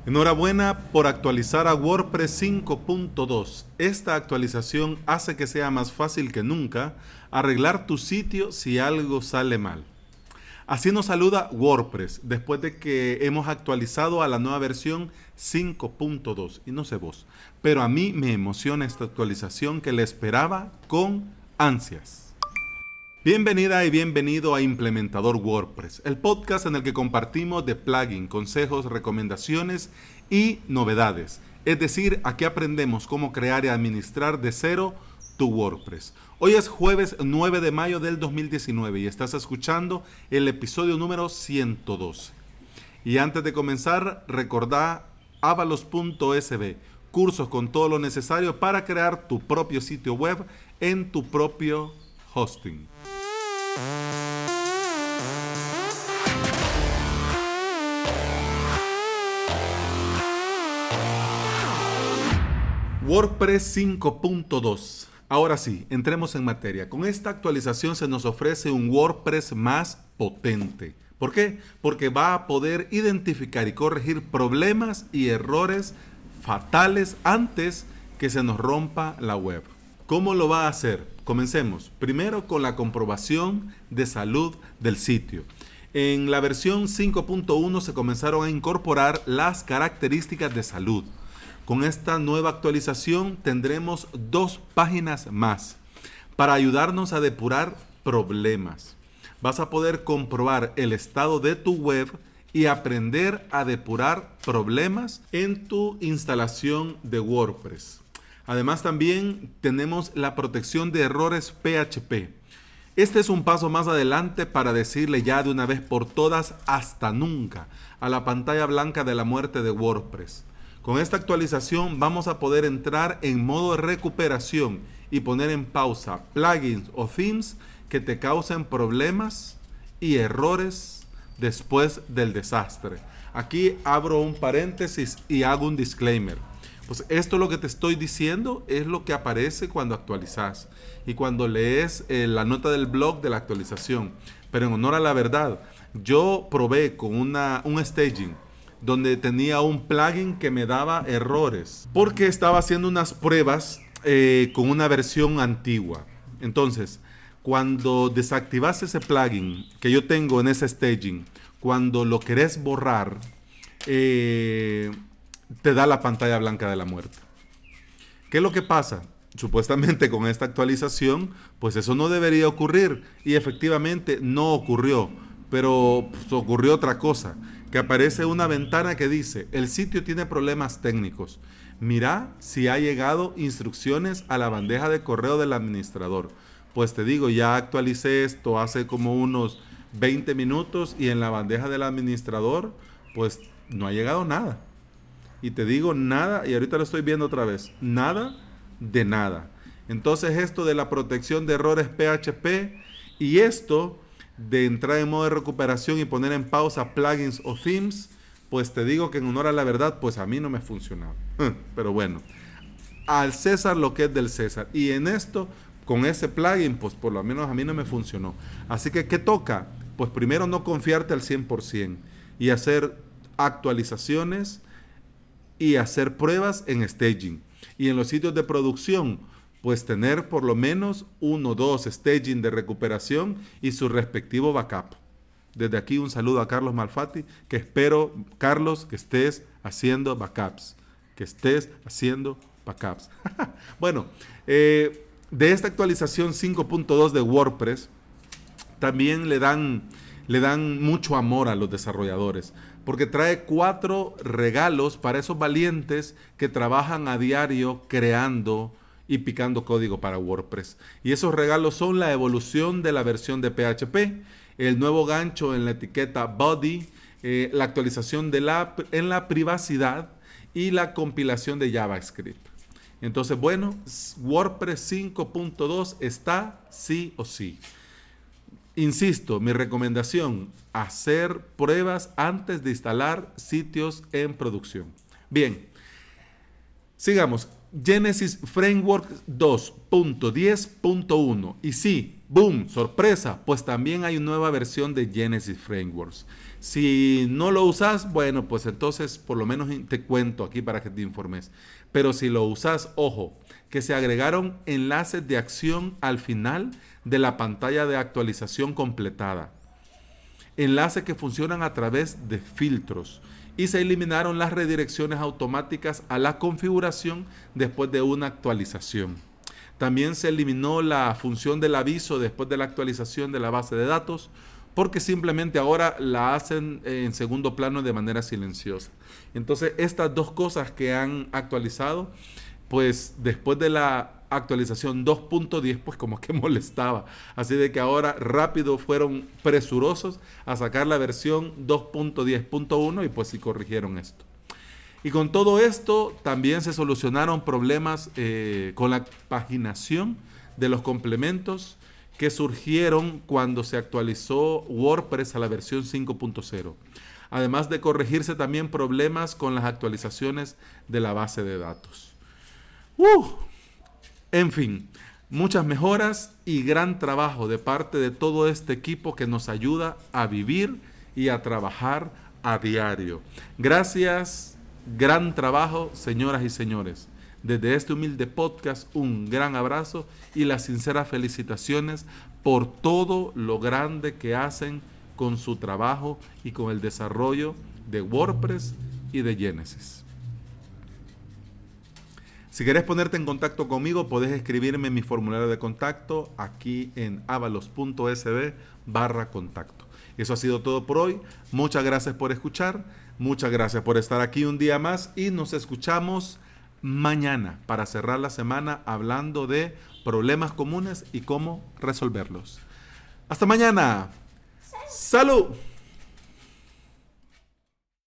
Enhorabuena por actualizar a WordPress 5.2. Esta actualización hace que sea más fácil que nunca arreglar tu sitio si algo sale mal. Así nos saluda WordPress después de que hemos actualizado a la nueva versión 5.2. Y no sé vos, pero a mí me emociona esta actualización que la esperaba con ansias. Bienvenida y bienvenido a Implementador WordPress, el podcast en el que compartimos de plugin, consejos, recomendaciones y novedades. Es decir, aquí aprendemos cómo crear y administrar de cero tu WordPress. Hoy es jueves 9 de mayo del 2019 y estás escuchando el episodio número 112. Y antes de comenzar, recordá avalos.sb, cursos con todo lo necesario para crear tu propio sitio web en tu propio hosting. WordPress 5.2. Ahora sí, entremos en materia. Con esta actualización se nos ofrece un WordPress más potente. ¿Por qué? Porque va a poder identificar y corregir problemas y errores fatales antes que se nos rompa la web. ¿Cómo lo va a hacer? Comencemos. Primero con la comprobación de salud del sitio. En la versión 5.1 se comenzaron a incorporar las características de salud. Con esta nueva actualización tendremos 2 páginas más para ayudarnos a depurar problemas. Vas a poder comprobar el estado de tu web y aprender a depurar problemas en tu instalación de WordPress. Además también tenemos la protección de errores PHP. Este es un paso más adelante para decirle ya de una vez por todas hasta nunca a la pantalla blanca de la muerte de WordPress. Con esta actualización vamos a poder entrar en modo de recuperación y poner en pausa plugins o themes que te causen problemas y errores después del desastre. Aquí abro un paréntesis y hago un disclaimer. Pues esto lo que te estoy diciendo es lo que aparece cuando actualizas y cuando lees la nota del blog de la actualización. Pero en honor a la verdad, yo probé con un staging donde tenía un plugin que me daba errores porque estaba haciendo unas pruebas con una versión antigua. Entonces, cuando desactivas ese plugin que yo tengo en ese staging, cuando lo querés borrar, te da la pantalla blanca de la muerte. ¿Qué es lo que pasa? Supuestamente con esta actualización, pues eso no debería ocurrir y efectivamente no ocurrió, pero pues, ocurrió otra cosa, que aparece una ventana que dice, el sitio tiene problemas técnicos. Mira si ha llegado instrucciones a la bandeja de correo del administrador. Pues te digo, ya actualicé esto hace como unos 20 minutos y en la bandeja del administrador, pues no ha llegado nada. Y te digo nada, y ahorita lo estoy viendo otra vez, nada de nada. Entonces esto de la protección de errores PHP y esto de entrar en modo de recuperación y poner en pausa plugins o themes, pues te digo que en honor a la verdad, pues a mí no me funcionaba. Pero bueno, al César lo que es del César. Y en esto, con ese plugin, pues por lo menos a mí no me funcionó. Así que, ¿qué toca? Pues primero no confiarte al 100% y hacer actualizaciones y hacer pruebas en staging. Y en los sitios de producción, pues tener por lo menos 1 o 2 staging de recuperación y su respectivo backup. Desde aquí un saludo a Carlos Malfatti, que espero, Carlos, que estés haciendo backups. Que estés haciendo backups. Bueno, de esta actualización 5.2 de WordPress, también le dan mucho amor a los desarrolladores, porque trae 4 regalos para esos valientes que trabajan a diario creando y picando código para WordPress. Y esos regalos son la evolución de la versión de PHP, el nuevo gancho en la etiqueta body, la actualización en la privacidad y la compilación de JavaScript. Entonces, bueno, WordPress 5.2 está sí o sí. Insisto, mi recomendación, hacer pruebas antes de instalar sitios en producción. Bien, Sigamos. Genesis Framework 2.10.1. Y sí, boom, sorpresa, pues también hay una nueva versión de Genesis Frameworks. Si no lo usas, bueno, pues entonces por lo menos te cuento aquí para que te informes. Pero si lo usas, ojo, que se agregaron enlaces de acción al final de la pantalla de actualización completada. Enlaces que funcionan a través de filtros. Y se eliminaron las redirecciones automáticas a la configuración después de una actualización. También se eliminó la función del aviso después de la actualización de la base de datos, porque simplemente ahora la hacen en segundo plano de manera silenciosa. Entonces, estas dos cosas que han actualizado, pues después de la actualización 2.10, pues como que molestaba. Así de que ahora rápido fueron presurosos a sacar la versión 2.10.1 y pues sí corrigieron esto. Y con todo esto también se solucionaron problemas con la paginación de los complementos que surgieron cuando se actualizó WordPress a la versión 5.0. Además de corregirse también problemas con las actualizaciones de la base de datos. En fin, muchas mejoras y gran trabajo de parte de todo este equipo que nos ayuda a vivir y a trabajar a diario. Gracias, gran trabajo, señoras y señores. Desde este humilde podcast, un gran abrazo y las sinceras felicitaciones por todo lo grande que hacen con su trabajo y con el desarrollo de WordPress y de Genesis. Si querés ponerte en contacto conmigo, podés escribirme en mi formulario de contacto aquí en avalos.sb/contacto. Eso ha sido todo por hoy. Muchas gracias por escuchar. Muchas gracias por estar aquí un día más y nos escuchamos mañana para cerrar la semana hablando de problemas comunes y cómo resolverlos. Hasta mañana. ¡Salud!